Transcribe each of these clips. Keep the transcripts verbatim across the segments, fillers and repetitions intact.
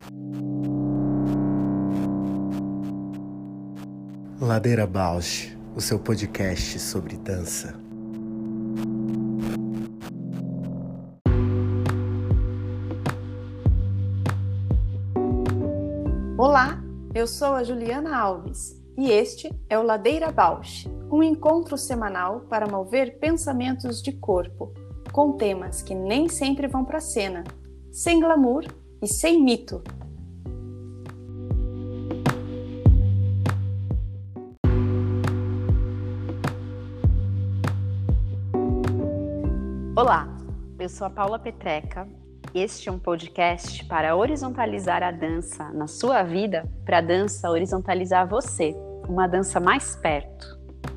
Ladeira Bausch, o seu podcast sobre dança. Olá, eu sou a Juliana Alves e este é o Ladeira Bausch, um encontro semanal para mover pensamentos de corpo, com temas que nem sempre vão para a cena, sem glamour e sem mito. Olá, eu sou a Paula Petreca. Este é um podcast para horizontalizar a dança na sua vida, para a dança horizontalizar você, uma dança mais perto.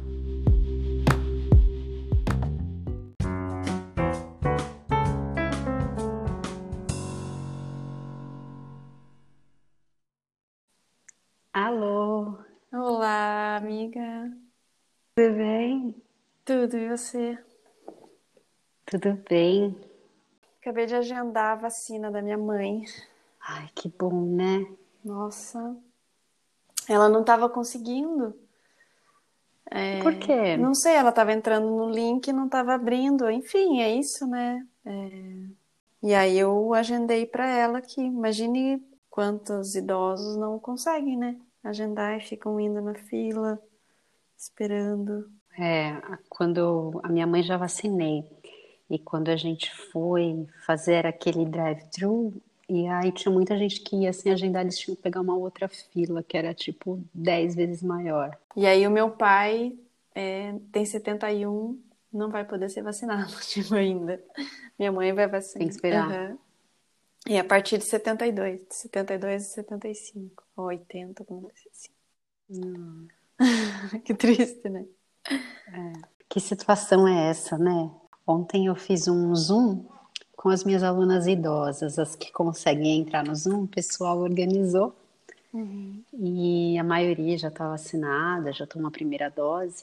Alô! Olá, amiga. Tudo bem? Tudo, e você? Tudo bem. Acabei de agendar a vacina da minha mãe. Ai, que bom, né? Nossa, ela não estava conseguindo. É, Por quê? não sei, ela estava entrando no link e não estava abrindo. Enfim, é isso, né? É, e aí eu agendei para ela que imagine quantos idosos não conseguem, né? Agendar e ficam indo na fila, esperando. É, quando a minha mãe já vacinei e quando a gente foi fazer aquele drive-thru, e aí tinha muita gente que ia sem agendar, eles tinham que pegar uma outra fila que era tipo dez vezes maior. E aí o meu pai é, tem setenta e um, não vai poder ser vacinado, tipo, ainda. Minha mãe vai Tem que vacinar. esperar. Uhum. E a partir de setenta e dois, de setenta e dois e setenta e cinco, ou oitenta, alguma coisa assim. Hum. Que triste, né? Que situação é essa, né? Ontem eu fiz um Zoom com as minhas alunas idosas, as que conseguem entrar no Zoom, o pessoal organizou. Uhum. E a maioria já está vacinada, já tomou a primeira dose.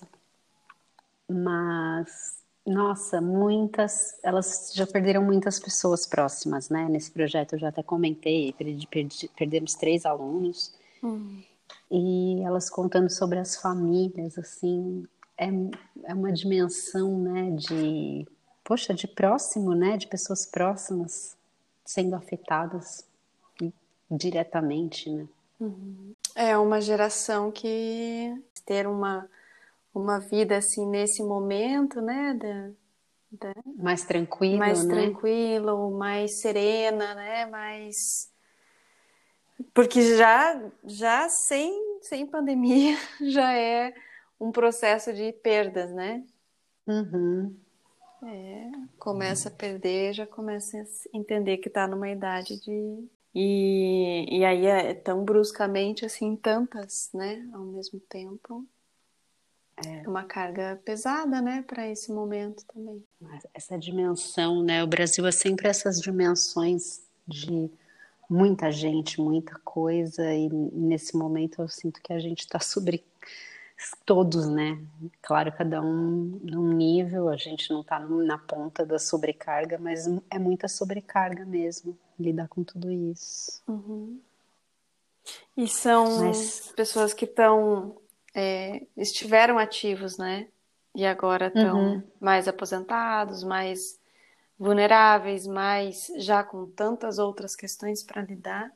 Mas, nossa, muitas, elas já perderam muitas pessoas próximas, né? Nesse projeto eu já até comentei, perdi, perdi, perdemos três alunos. Uhum. E elas contando sobre as famílias, assim, é, é uma dimensão, né, de, poxa, de próximo, né, de pessoas próximas sendo afetadas diretamente, né? Uhum. É uma geração que ter uma, uma vida assim nesse momento, né, da, da, Mais tranquilo, mais né? tranquilo, mais serena, né, mais porque já já sem sem pandemia já é um processo de perdas, né? Uhum. É, começa a perder, já começa a entender que está numa idade de e, e aí é tão bruscamente assim tantas, né, ao mesmo tempo. É uma carga pesada, né, para esse momento também. Essa dimensão, né? O Brasil é sempre essas dimensões de muita gente, muita coisa, e nesse momento eu sinto que a gente está sobre todos, né? Claro, cada um num nível, a gente não está na ponta da sobrecarga, mas é muita sobrecarga mesmo, lidar com tudo isso. Uhum. E são Mas, pessoas que estão é, estiveram ativos, né? E agora estão uhum, mais aposentados, mais vulneráveis, mais já com tantas outras questões para lidar,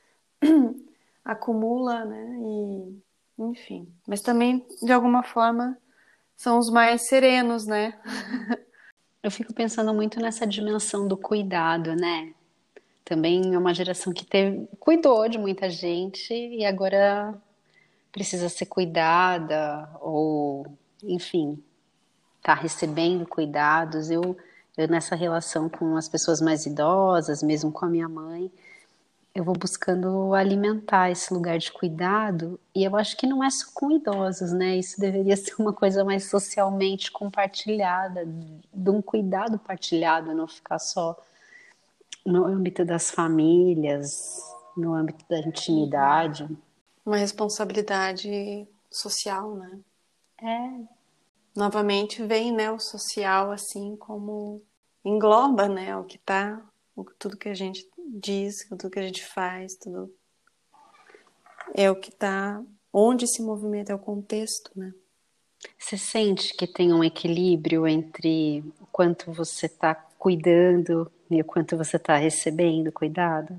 acumula, né? E enfim, mas também de alguma forma são os mais serenos, né? eu fico pensando muito nessa dimensão do cuidado, né? Também é uma geração que teve, cuidou de muita gente e agora precisa ser cuidada ou, enfim, está recebendo cuidados. Eu, eu, nessa relação com as pessoas mais idosas, mesmo com a minha mãe, eu vou buscando alimentar esse lugar de cuidado e eu acho que não é só com idosos, né? Isso deveria ser uma coisa mais socialmente compartilhada, de um cuidado partilhado, não ficar só no âmbito das famílias, no âmbito da intimidade. Uma responsabilidade social, né? É, Novamente vem, né, o social assim como engloba, né, o que tá, o, tudo que a gente diz, tudo que a gente faz, tudo é o que está, onde se movimenta, é o contexto, né? Você sente que tem um equilíbrio entre o quanto você está cuidando e o quanto você está recebendo cuidado?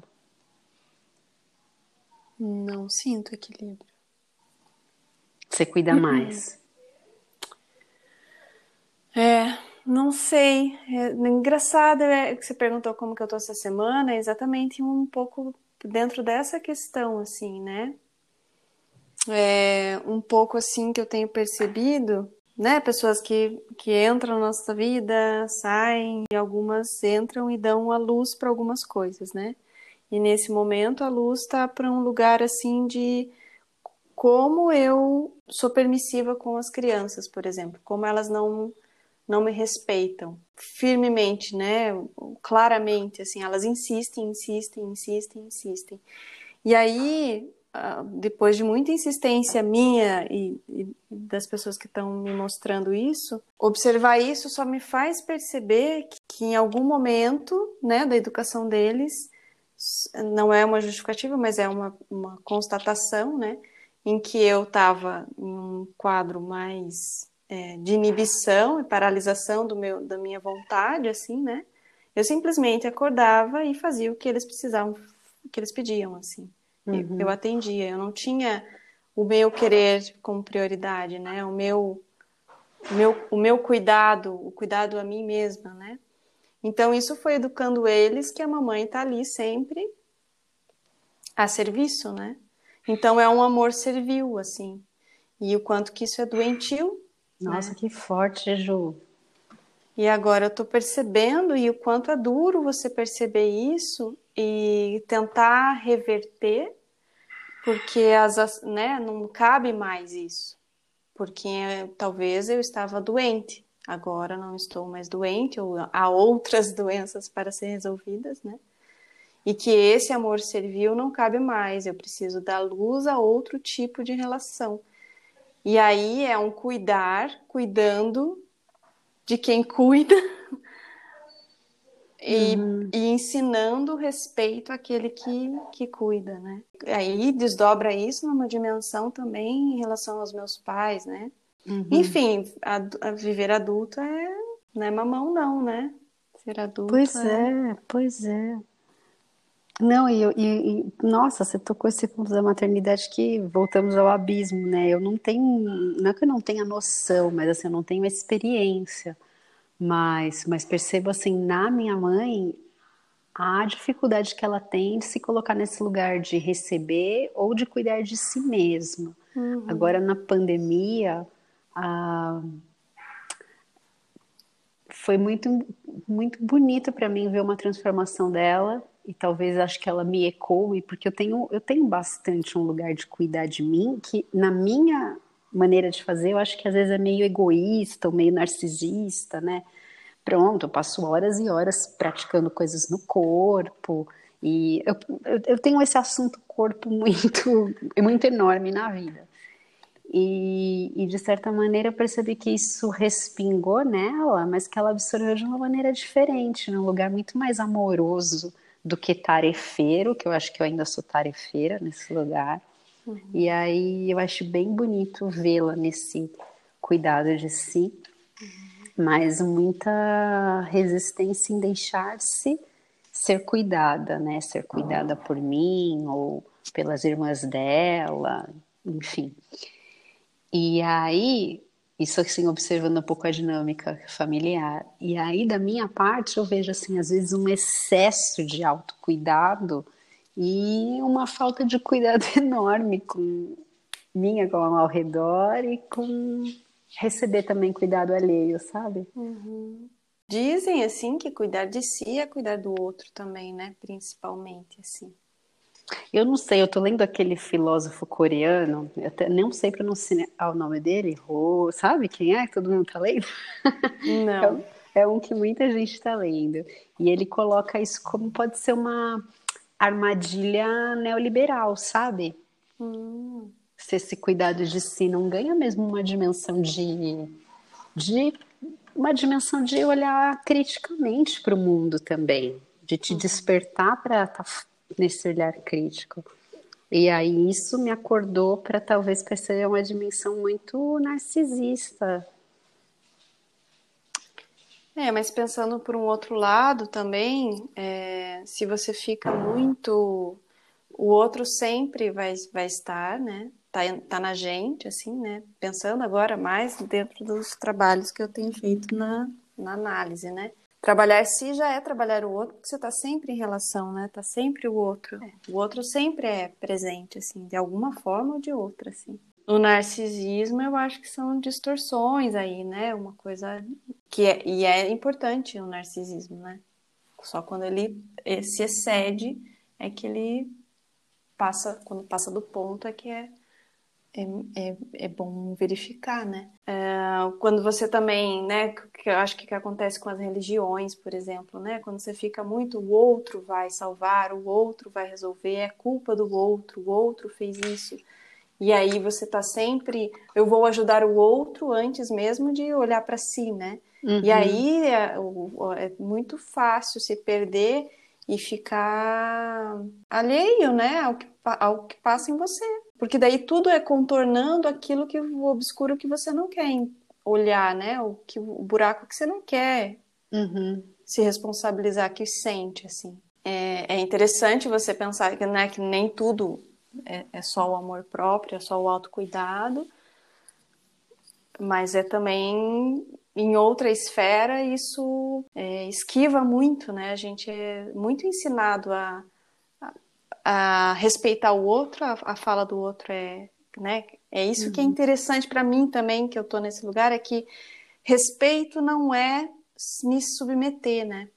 Não sinto equilíbrio. Você cuida mais? É, não sei. É, engraçado é que você perguntou como que eu tô essa semana, é exatamente um pouco dentro dessa questão, assim, né? É um pouco assim que eu tenho percebido, né? Pessoas que, que entram na nossa vida, saem, e algumas entram e dão a luz para algumas coisas, né? E nesse momento a luz está para um lugar assim de como eu sou permissiva com as crianças, por exemplo, como elas não não me respeitam firmemente, né? Claramente, assim, elas insistem, insistem, insistem, insistem. E aí, depois de muita insistência minha e, e das pessoas que estão me mostrando isso, observar isso só me faz perceber que, que em algum momento, né, da educação deles, não é uma justificativa, mas é uma, uma constatação, né, em que eu estava em um quadro mais é, de inibição e paralisação do meu, da minha vontade, assim, né, eu simplesmente acordava e fazia o que eles precisavam, o que eles pediam, assim. Uhum. Eu atendia, eu não tinha o meu querer como prioridade, né? O meu, o meu, o meu cuidado, o cuidado a mim mesma, né? Então isso foi educando eles que a mamãe tá ali sempre a serviço, né? Então é um amor servil, assim. E o quanto que isso é doentio, Nossa, né? que forte, Ju. E agora eu tô percebendo e o quanto é duro você perceber isso e tentar reverter, porque as, né, não cabe mais isso, porque talvez eu estava doente, agora não estou mais doente, ou há outras doenças para serem resolvidas, né? E que esse amor servil não cabe mais, eu preciso dar luz a outro tipo de relação. E aí é um cuidar, cuidando de quem cuida, E, Uhum. e ensinando respeito àquele que, que cuida, né? Aí desdobra isso numa dimensão também em relação aos meus pais, né? Uhum. Enfim, a, a viver adulto é, não é mamão não, né? Ser adulto Pois é... é, pois é. Não, e, eu- e, e nossa, você tocou esse ponto da maternidade que voltamos ao abismo, né? Eu não tenho, não é que eu não tenha noção, mas assim, eu não tenho experiência. Mas, mas percebo assim, na minha mãe, a dificuldade que ela tem de se colocar nesse lugar de receber ou de cuidar de si mesma. Agora, Uhum. na pandemia, ah, foi muito, muito bonito para mim ver uma transformação dela e talvez acho que ela me ecoe, porque eu tenho, eu tenho bastante um lugar de cuidar de mim que na minha maneira de fazer eu acho que às vezes é meio egoísta ou meio narcisista, né? Pronto, eu passo horas e horas praticando coisas no corpo e eu, eu, eu tenho esse assunto corpo muito, muito enorme na vida. E, e, de certa maneira eu percebi que isso respingou nela, mas que ela absorveu de uma maneira diferente, num lugar muito mais amoroso do que tarefeiro, que eu acho que eu ainda sou tarefeira nesse lugar. Uhum. E aí eu acho bem bonito vê-la nesse cuidado de si, mas muita resistência em deixar-se ser cuidada, né? Ser cuidada por mim ou pelas irmãs dela, enfim. E aí, isso assim, observando um pouco a dinâmica familiar. E aí, da minha parte, eu vejo, assim, às vezes um excesso de autocuidado e uma falta de cuidado enorme com minha com ao redor e com receber também cuidado alheio, sabe? Uhum. Dizem, assim, que cuidar de si é cuidar do outro também, né? Principalmente, assim. Eu não sei, eu tô lendo aquele filósofo coreano, eu até não sei pronunciar o nome dele, Ho, sabe quem é que todo mundo tá lendo? É, um- Não. é um que muita gente está lendo. E ele coloca isso como pode ser uma armadilha neoliberal, sabe? Hum. Se esse cuidado de si não ganha mesmo uma dimensão de, de uma dimensão de olhar criticamente para o mundo também. de te despertar para estar nesse olhar crítico. E aí isso me acordou para talvez perceber uma dimensão muito narcisista. É, mas pensando por um outro lado também, é, se você fica muito, o outro sempre vai, vai estar, né? Tá, tá na gente, assim, né? Pensando agora mais dentro dos trabalhos que eu tenho feito na, na análise, né? Trabalhar si já é trabalhar o outro, porque você tá sempre em relação, né? Tá sempre o outro. O outro sempre é presente, assim, de alguma forma ou de outra, assim. O narcisismo, eu acho que são distorções aí, né? Uma coisa que é, e é importante o narcisismo, né? Só quando ele se excede é que ele passa, quando passa do ponto é que é, é, é, é bom verificar, né? É, quando você também, né? Que eu acho que, que acontece com as religiões, por exemplo, né? Quando você fica muito, o outro vai salvar, o outro vai resolver, é culpa do outro, o outro fez isso. E aí você tá sempre, eu vou ajudar o outro antes mesmo de olhar para si, né? Uhum. E aí é, é muito fácil se perder e ficar alheio, né, ao que, ao que passa em você. Porque daí tudo é contornando aquilo que o obscuro que você não quer olhar, né? O, que, o buraco que você não quer uhum. se responsabilizar, que sente, assim. É, é interessante você pensar que, né, que nem tudo É, é só o amor próprio, é só o autocuidado, mas é também em outra esfera isso é, esquiva muito, né? A gente é muito ensinado a, a, a respeitar o outro, a, a fala do outro é, né? É isso que é interessante para mim também, que eu tô nesse lugar, é que respeito não é me submeter, né?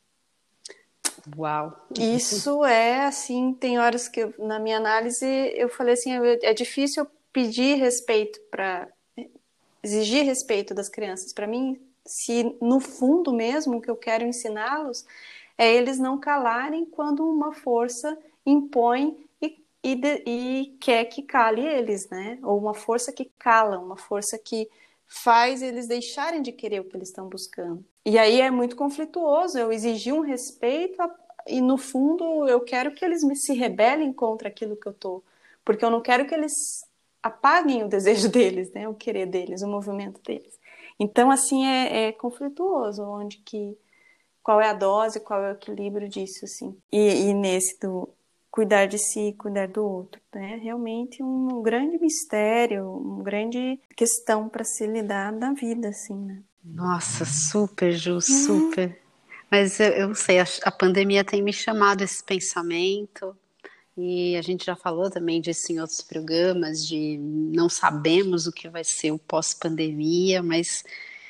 Uau! Isso é assim, tem horas que eu, na minha análise eu falei assim, é difícil eu pedir respeito para exigir respeito das crianças. Para mim, se no fundo mesmo o que eu quero ensiná-los é eles não calarem quando uma força impõe e, e, de, e quer que cale eles, né? Ou uma força que cala, uma força que faz eles deixarem de querer o que eles estão buscando. E aí é muito conflituoso eu exigir um respeito a, e no fundo eu quero que eles me se rebelem contra aquilo que eu tô, porque eu não quero que eles apaguem o desejo deles, né? O querer deles, o movimento deles. Então assim é, é conflituoso, onde que qual é a dose, qual é o equilíbrio disso, assim. E, e nesse do cuidar de si, cuidar do outro, né? Realmente um grande mistério, uma grande questão para se lidar na vida, assim, né? Nossa, super, Ju, super. Mas eu, eu sei, a, a pandemia tem me chamado esse pensamento, e a gente já falou também disso em outros programas, de não sabemos o que vai ser o pós-pandemia, mas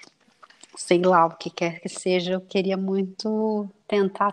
sei lá, o que quer que seja, eu queria muito tentar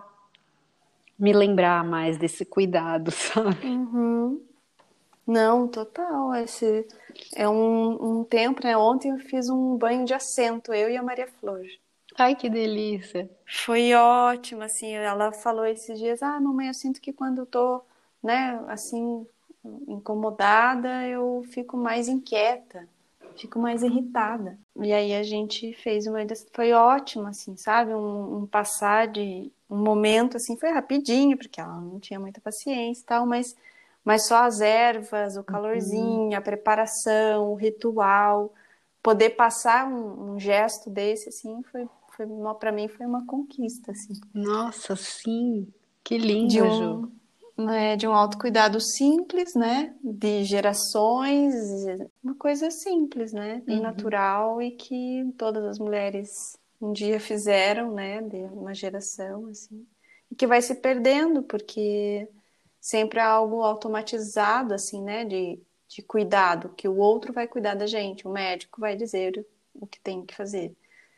me lembrar mais desse cuidado, sabe? Uhum. Não, total. Esse é um, um tempo, né? Ontem eu fiz um banho de assento, eu e a Maria Flor. Ai, que delícia. Foi ótimo, assim, ela falou esses dias, ah, mamãe, eu sinto que quando eu tô, né, assim, incomodada, eu fico mais inquieta, fico mais irritada. E aí a gente fez uma, foi ótimo, assim, sabe, um, um passar de, um momento, assim, foi rapidinho, porque ela não tinha muita paciência e tal, mas, mas só as ervas, o calorzinho, a preparação, o ritual, poder passar um, um gesto desse, assim, foi foi para mim foi uma conquista, assim, Nossa, sim, que de lindo, Ju. um, né, de um autocuidado simples, né, de gerações, uma coisa simples, né, bem natural e que todas as mulheres um dia fizeram, né, de uma geração, assim, e que vai se perdendo porque sempre há algo automatizado, assim, né, de, de cuidado, que o outro vai cuidar da gente, o médico vai dizer o que tem que fazer.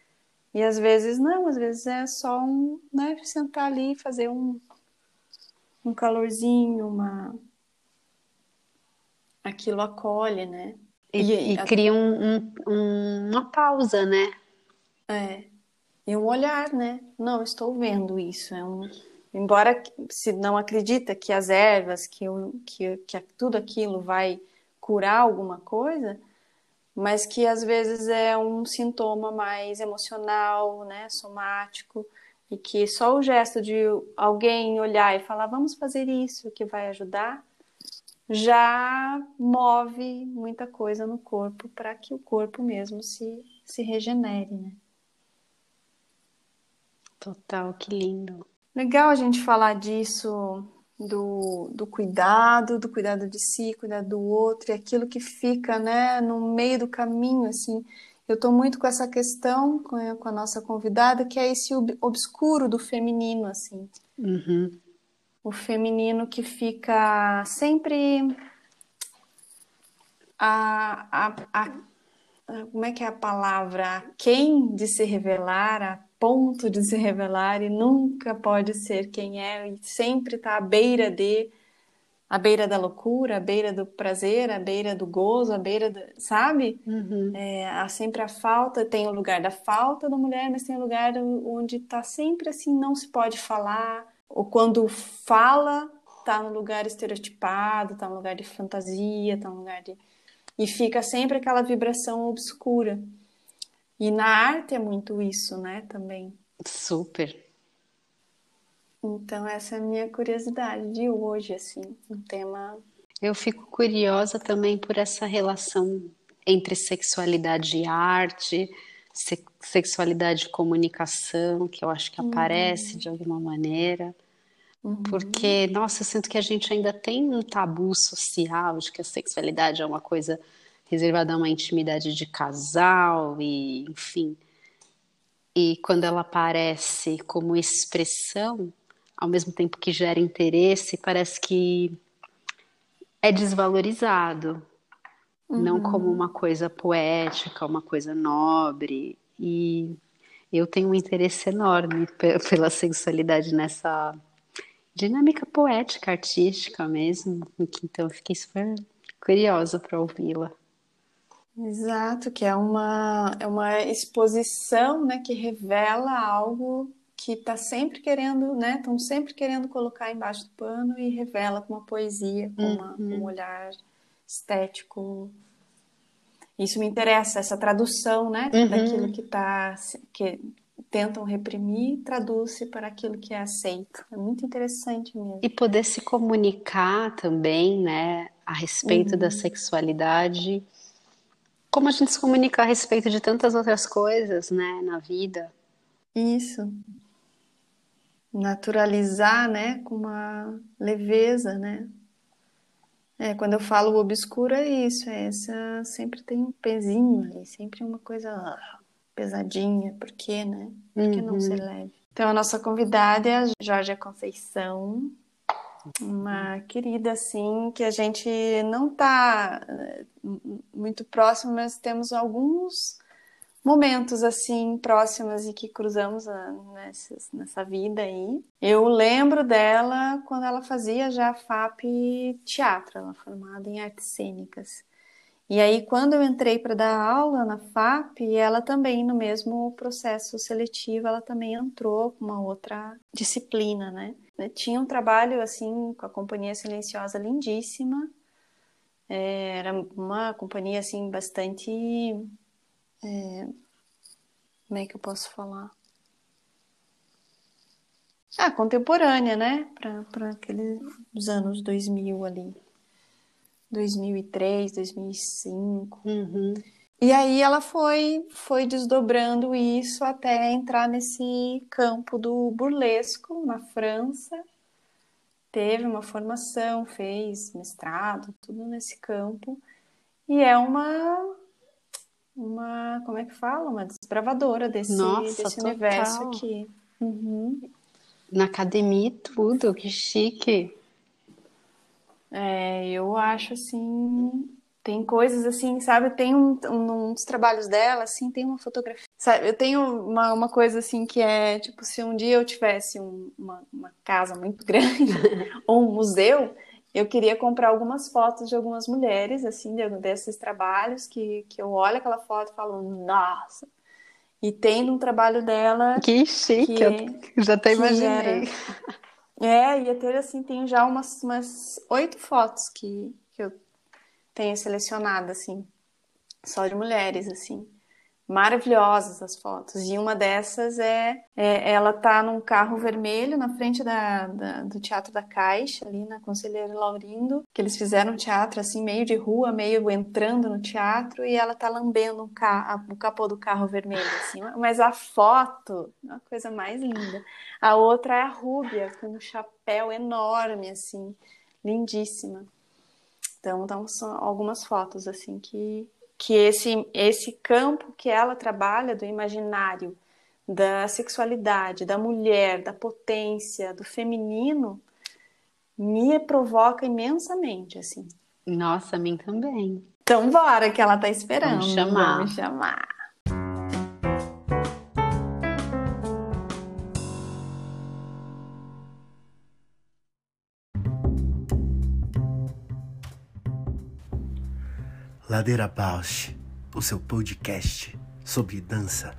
E às vezes não, às vezes é só um, né, sentar ali e fazer um, um calorzinho, uma... aquilo acolhe, né? E, E, e cria um, um- um- uma pausa, né? é, e um olhar, né? Não, estou vendo isso. É um, embora se não acredita que as ervas, que, o, que, que tudo aquilo vai curar alguma coisa, mas que às vezes é um sintoma mais emocional, né, somático, e que só o gesto de alguém olhar e falar, vamos fazer isso, que vai ajudar, já move muita coisa no corpo para que o corpo mesmo se, se regenere, né? Total, que lindo. Legal a gente falar disso, do, do cuidado, do cuidado de si, cuidado do outro, e aquilo que fica, né, no meio do caminho, assim. Eu estou muito com essa questão com a, com a nossa convidada, que é esse ob- obscuro do feminino, assim. Uhum. O feminino que fica sempre a, a, a, como é que é a palavra? Quem de se revelar, a ponto de se revelar e nunca pode ser quem é e sempre está à beira de, à beira da loucura, à beira do prazer, à beira do gozo, à beira do, sabe? Uhum. É, há sempre a falta, tem o lugar da falta da mulher, mas tem o lugar onde está sempre assim, não se pode falar, ou quando fala, está no lugar estereotipado, está no lugar de fantasia, está no lugar de... E fica sempre aquela vibração obscura. E na arte é muito isso, né, também. Super. Então essa é a minha curiosidade de hoje, assim, um tema... Eu fico curiosa também por essa relação entre sexualidade e arte, se- sexualidade e comunicação, que eu acho que aparece Uhum, de alguma maneira. uhum, Porque, nossa, eu sinto que a gente ainda tem um tabu social de que a sexualidade é uma coisa reservada a uma intimidade de casal e, enfim. E quando ela aparece como expressão, ao mesmo tempo que gera interesse, parece que é desvalorizado, não como uma uhum. coisa poética, uma coisa nobre. E eu tenho um interesse enorme pe- pela sexualidade nessa dinâmica poética, artística mesmo. Então eu fiquei super curiosa para ouvi-la. Exato, que é uma, é uma exposição, né, que revela algo que está sempre querendo, né, estão sempre querendo colocar embaixo do pano e revela com uma poesia, com, uma, com um Uhum, olhar estético. Isso me interessa, essa tradução, né, daquilo uhum. que tá, que tentam reprimir, traduz-se para aquilo que é aceito. É muito interessante E mesmo. poder se comunicar também, né, a respeito da Uhum. sexualidade, como a gente se comunica a respeito de tantas outras coisas, né, na vida. Isso, naturalizar, né, com uma leveza, né? É, quando eu falo obscuro é isso, é essa, sempre tem um pezinho ali, sempre uma coisa ah, pesadinha, por quê, né? Por que não ser Uhum. leve? Então a nossa convidada é a Georgia Conceição, uma querida assim, que a gente não tá eh, muito próximo, mas temos alguns momentos assim próximos e que cruzamos a, nessas, nessa vida aí. Eu lembro dela quando ela fazia já F A P teatro, ela é formada em artes cênicas. E aí quando eu entrei para dar aula na F A P, ela também no mesmo processo seletivo, ela também entrou com uma outra disciplina, né? Tinha um trabalho assim com a Companhia Silenciosa lindíssima. Era uma companhia assim bastante, como é que eu posso falar? Ah, contemporânea, né? Para aqueles anos dois mil ali. dois mil e três, dois mil e cinco. Uhum. E aí ela foi, foi desdobrando isso até entrar nesse campo do burlesco na França. Teve uma formação, fez mestrado, tudo nesse campo. E é uma, uma, como é que fala? Uma desbravadora desse, Nossa, desse universo total. aqui. Uhum. Na academia e tudo, que chique. É, eu acho assim, tem coisas assim, sabe? Tem um, um, um dos trabalhos dela, assim, tem uma fotografia. Sabe, eu tenho uma, uma coisa assim que é, tipo, se um dia eu tivesse um- uma, uma casa muito grande ou um museu, eu queria comprar algumas fotos de algumas mulheres, assim, de, desses trabalhos, que, que eu olho aquela foto e falo, nossa! E tem um trabalho dela Que chique, eu que, já até que imaginei. era é, ia ter assim, tenho já umas, umas oito fotos que, que eu tenho selecionado, assim, só de mulheres, assim. maravilhosas as fotos. E uma dessas é, é ela tá num carro vermelho na frente da, da, do Teatro da Caixa, ali na Conselheiro Laurindo, que eles fizeram um teatro assim, meio de rua, meio entrando no teatro, e ela tá lambendo um ca- o capô do carro vermelho, assim. Mas a foto, uma coisa mais linda. A outra é a Rúbia, com um chapéu enorme, assim, lindíssima. Então, então são algumas fotos, assim, que que esse, esse campo que ela trabalha do imaginário, da sexualidade, da mulher, da potência, do feminino, me provoca imensamente, assim. Nossa, a mim também. Então bora, que ela tá esperando. Vamos chamar. Vamos chamar. Ladeira Bausch, o seu podcast sobre dança.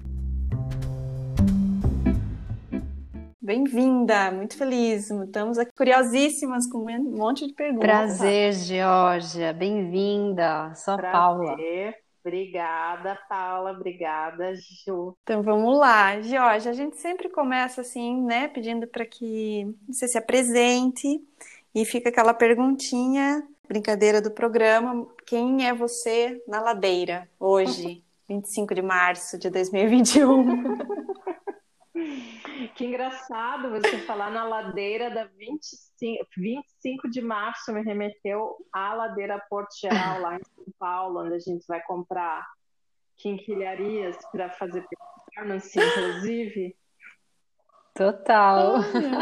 Bem-vinda, muito feliz. Estamos aqui curiosíssimas com um monte de perguntas. Prazer, Georgia. Bem-vinda. Sou a Prazer. Paula. Obrigada, Paula. Obrigada, Ju. Então vamos lá, Georgia. A gente sempre começa assim, né, pedindo para que você se apresente e fica aquela perguntinha, brincadeira do programa. Quem é você na ladeira hoje, vinte e cinco de março de dois mil e vinte e um? Que engraçado você falar na ladeira da vinte e cinco, vinte e cinco de março, me remeteu à ladeira Porto Geral, lá em São Paulo, onde a gente vai comprar quinquilharias para fazer performance, inclusive. Total.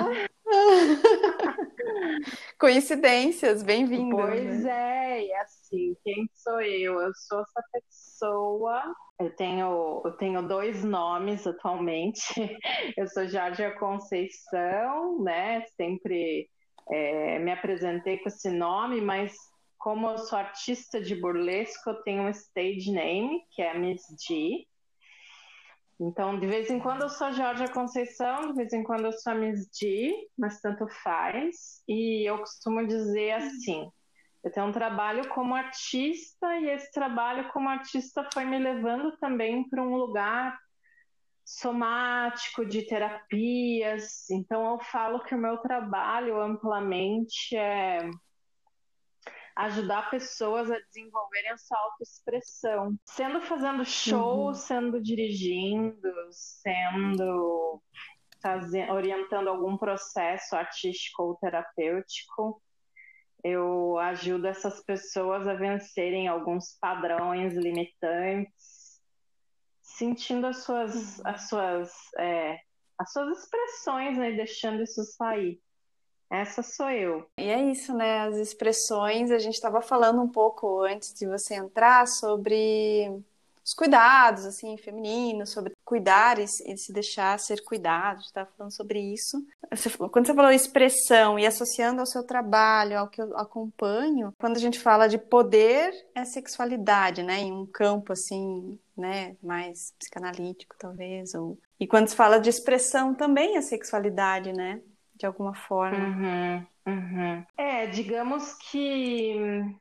Coincidências, bem-vindas. Pois né? é, e assim, quem sou eu? Eu sou essa pessoa. Eu tenho, eu tenho dois nomes atualmente. Eu sou Georgia Conceição, né? Sempre é, me apresentei com esse nome, mas como eu sou artista de burlesco, eu tenho um stage name, que é Miss G. Então, de vez em quando eu sou Georgia Conceição, de vez em quando eu sou a Miss G, mas tanto faz. E eu costumo dizer assim, eu tenho um trabalho como artista e esse trabalho como artista foi me levando também para um lugar somático, de terapias. Então eu falo que o meu trabalho amplamente é ajudar pessoas a desenvolverem a sua autoexpressão. Sendo fazendo show, uhum. sendo dirigindo, sendo fazendo, orientando algum processo artístico ou terapêutico. Eu ajudo essas pessoas a vencerem alguns padrões limitantes, sentindo as suas, uhum. as suas, é, as suas expressões, né, deixando isso sair. Essa sou eu. E é isso, né? As expressões, a gente estava falando um pouco antes de você entrar sobre os cuidados, assim, femininos, sobre cuidar e se deixar ser cuidado, a gente estava falando sobre isso. Você, quando você falou expressão e associando ao seu trabalho, ao que eu acompanho, quando a gente fala de poder, é sexualidade, né? Em um campo, assim, né? Mais psicanalítico, talvez. Ou... E quando se fala de expressão, também é sexualidade, né? De alguma forma. Uhum, uhum. É, digamos que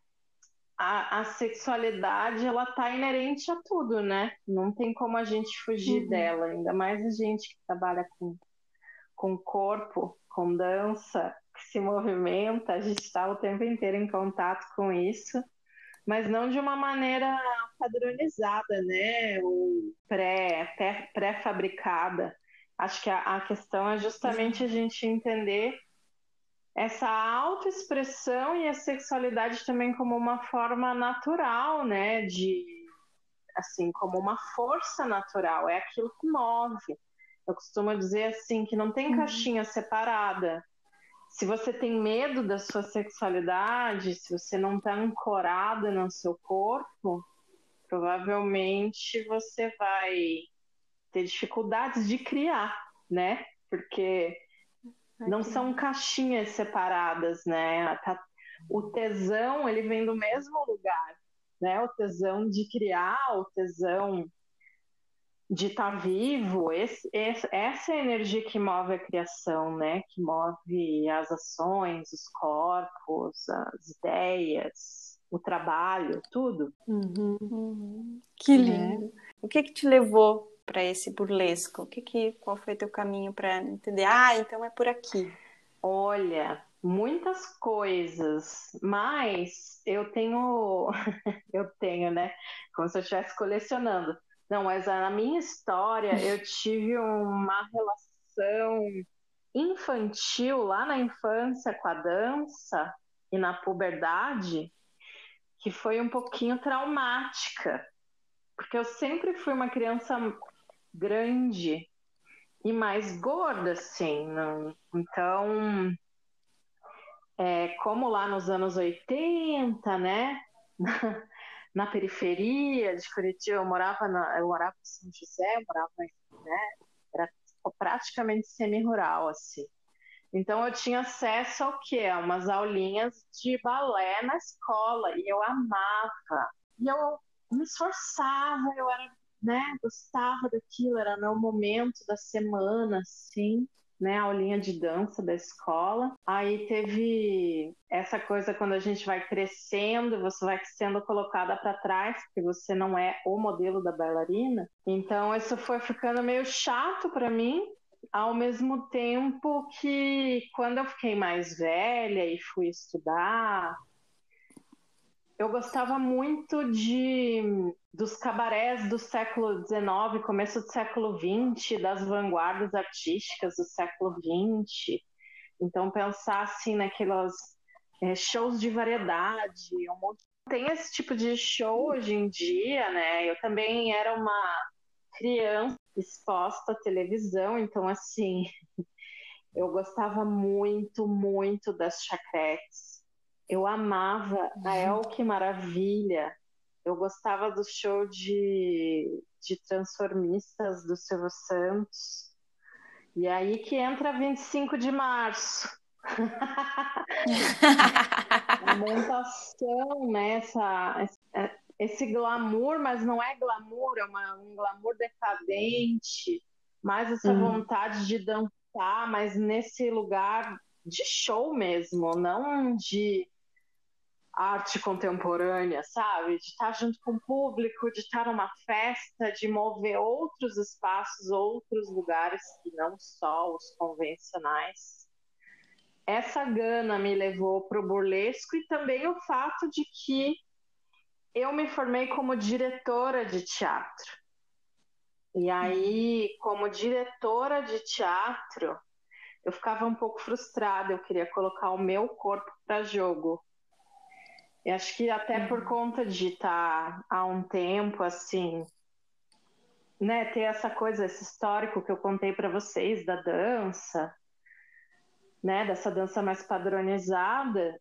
a, a sexualidade, ela tá inerente a tudo, né? Não tem como a gente fugir uhum. dela, ainda mais a gente que trabalha com, com corpo, com dança, que se movimenta, a gente está o tempo inteiro em contato com isso, mas não de uma maneira padronizada, né? Ou pré, pré, pré-fabricada. Acho que a, a questão é justamente a gente entender essa autoexpressão e a sexualidade também como uma forma natural, né? De, assim, como uma força natural, é aquilo que move. Eu costumo dizer assim, que não tem caixinha separada. Se você tem medo da sua sexualidade, se você não está ancorada no seu corpo, provavelmente você vai ter dificuldades de criar, né? Porque não são caixinhas separadas, né? O tesão, ele vem do mesmo lugar, né? O tesão de criar, o tesão de estar vivo, esse, esse, essa é a energia que move a criação, né? Que move as ações, os corpos, as ideias. o trabalho, tudo. Uhum. Uhum. Que lindo. É. O que que te levou para esse burlesco? O que que, qual foi teu caminho para entender? Ah, então é por aqui. Olha, muitas coisas, mas eu tenho, eu tenho, né? Como se eu estivesse colecionando. Não, mas na minha história eu tive uma relação infantil lá na infância com a dança e na puberdade que foi um pouquinho traumática, porque eu sempre fui uma criança grande e mais gorda, assim, não... então, é, como lá nos anos oitenta, né, na, na periferia de Curitiba, eu morava, na, eu morava em São José, eu morava, né, era praticamente semi-rural, assim. Então eu tinha acesso ao quê? A umas aulinhas de balé na escola, e eu amava. E eu me esforçava, eu era, né, gostava daquilo, era meu momento da semana, assim, né, a aulinha de dança da escola. Aí teve essa coisa quando a gente vai crescendo, você vai sendo colocada para trás, porque você não é o modelo da bailarina. Então isso foi ficando meio chato para mim. Ao mesmo tempo que, quando eu fiquei mais velha e fui estudar, eu gostava muito de, dos cabarés do século dezenove, começo do século vinte, das vanguardas artísticas do século vinte. Então, pensar assim naquelas é, shows de variedade. Um monte... Tem esse tipo de show hoje em dia, né? Eu também era uma criança exposta à televisão, então assim, eu gostava muito, muito das chacretes. Eu amava a El Que Maravilha. Eu gostava do show de, de transformistas do Silvio Santos. E aí que entra vinte e cinco de março. A montação, né? Essa, essa esse glamour, mas não é glamour, é uma, um glamour decadente, mais essa uhum. vontade de dançar, mas nesse lugar de show mesmo, não de arte contemporânea, sabe? De estar junto com o público, de estar numa festa, de mover outros espaços, outros lugares que não só os convencionais. Essa gana me levou para o burlesco e também o fato de que eu me formei como diretora de teatro. E aí, como diretora de teatro, eu ficava um pouco frustrada. Eu queria colocar o meu corpo para jogo. E acho que até uhum. por conta de estar há um tempo, assim, né, ter essa coisa, esse histórico que eu contei para vocês da dança, né, dessa dança mais padronizada,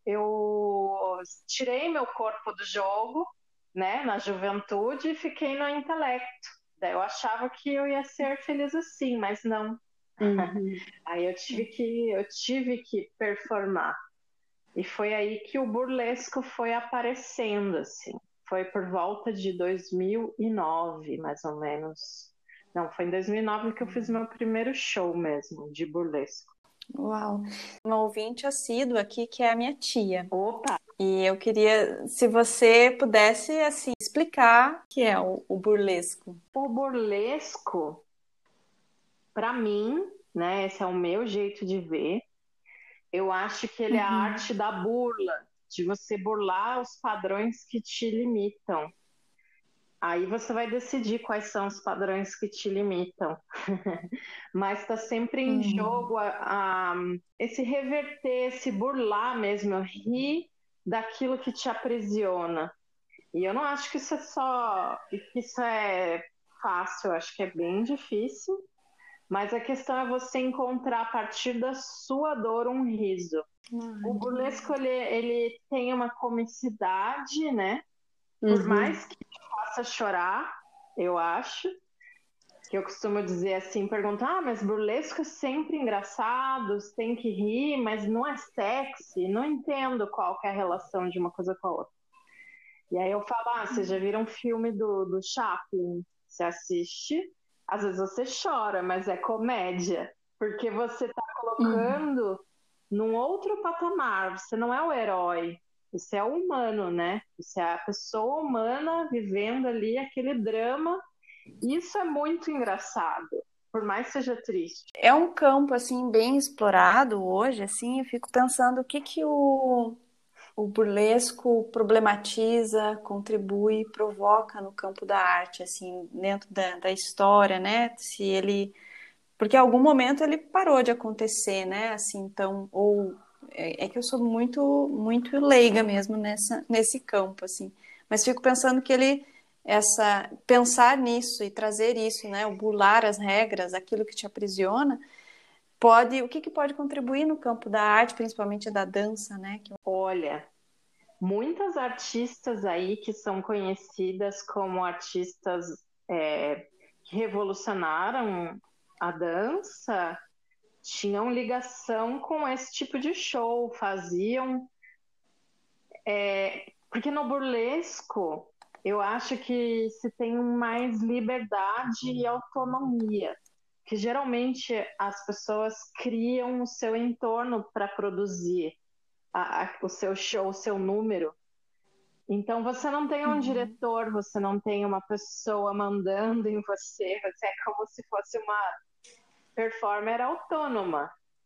eu tirei meu corpo do jogo, né, na juventude, e fiquei no intelecto. Daí eu achava que eu ia ser feliz assim, mas não. Uhum. Aí eu tive que eu tive que performar. E foi aí que o burlesco foi aparecendo, assim. Foi por volta de dois mil e nove, mais ou menos. Não, foi em dois mil e nove que eu fiz meu primeiro show mesmo, de burlesco. Uau! Uma ouvinte assídua aqui, que é a minha tia. Opa! E eu queria, se você pudesse, assim, explicar o que é o, o burlesco. O burlesco, para mim, né, esse é o meu jeito de ver, eu acho que ele uhum. é a arte da burla, de você burlar os padrões que te limitam. Aí você vai decidir quais são os padrões que te limitam. Mas está sempre em uhum. jogo a, a, esse reverter, esse burlar mesmo, rir daquilo que te aprisiona. E eu não acho que isso é só... que isso é fácil, eu acho que é bem difícil. Mas a questão é você encontrar a partir da sua dor um riso. Uhum. O burlesco, ele, ele tem uma comicidade, né? Por uhum. mais que faça chorar, eu acho, que eu costumo dizer assim, perguntar, ah, mas burlesco é sempre engraçado, você tem que rir, mas não é sexy, não entendo qual que é a relação de uma coisa com a outra. E aí eu falo, ah, vocês já viram um filme do, do Chaplin? Você assiste, às vezes você chora, mas é comédia, porque você tá colocando uhum. num outro patamar, você não é o herói, Isso é o humano, né? Isso é a pessoa humana vivendo ali aquele drama. Isso é muito engraçado, por mais que seja triste. É um campo, assim, bem explorado hoje, assim, eu fico pensando o que que o, o burlesco problematiza, contribui, provoca no campo da arte, assim, dentro da, da história, né? Se ele... Porque em algum momento ele parou de acontecer, né? Assim, então, ou... É, é que eu sou muito, muito leiga mesmo nessa, nesse campo, assim. Mas fico pensando que ele... essa pensar nisso e trazer isso, né, o burlar as regras, aquilo que te aprisiona, pode, o que que pode contribuir no campo da arte, principalmente da dança, né? Que... Olha, muitas artistas aí que são conhecidas como artistas é, que revolucionaram a dança tinham ligação com esse tipo de show, faziam é, porque no burlesco eu acho que se tem mais liberdade e autonomia, que geralmente as pessoas criam o seu entorno para produzir a, a, o seu show, o seu número. Então você não tem um uhum. diretor, você não tem uma pessoa mandando em você, você é como se fosse uma performer autônoma.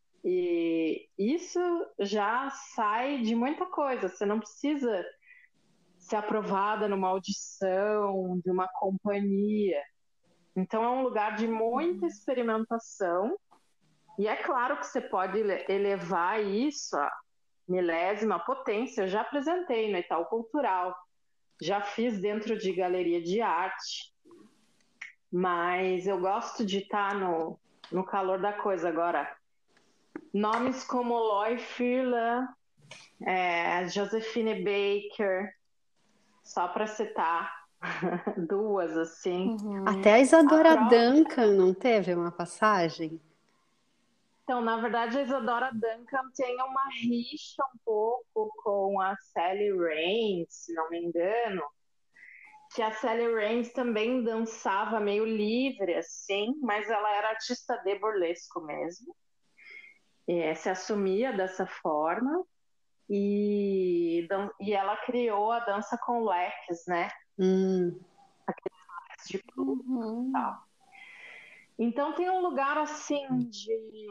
E isso já sai de muita coisa, você não precisa ser aprovada numa audição de uma companhia. Então é um lugar de muita experimentação e é claro que você pode elevar isso a milésima potência. Eu já apresentei no Itaú Cultural, já fiz dentro de galeria de arte, mas eu gosto de estar no, no calor da coisa. Agora, nomes como Loy Furlan, é, Josephine Baker, só para citar duas, assim. Uhum. Até a Isadora a própria... Duncan não teve uma passagem? Então, na verdade, a Isadora Duncan tem uma rixa um pouco com a Sally Raines, se não me engano, que a Sally Raines também dançava meio livre, assim, mas ela era artista de burlesco mesmo. É, se assumia dessa forma. E, e ela criou a dança com leques, né? Hum. Aqueles leques de plumas uhum. e tal. Então tem um lugar assim de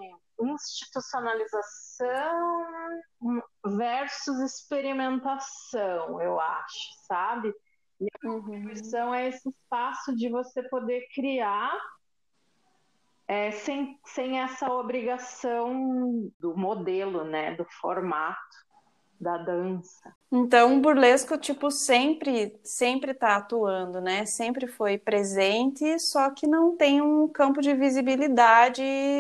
institucionalização versus experimentação, eu acho, sabe? E a contribuição uhum. é esse espaço de você poder criar é, sem, sem essa obrigação do modelo, né? Do formato da dança. Então, o burlesco, tipo, sempre, sempre tá atuando, né? Sempre foi presente, só que não tem um campo de visibilidade.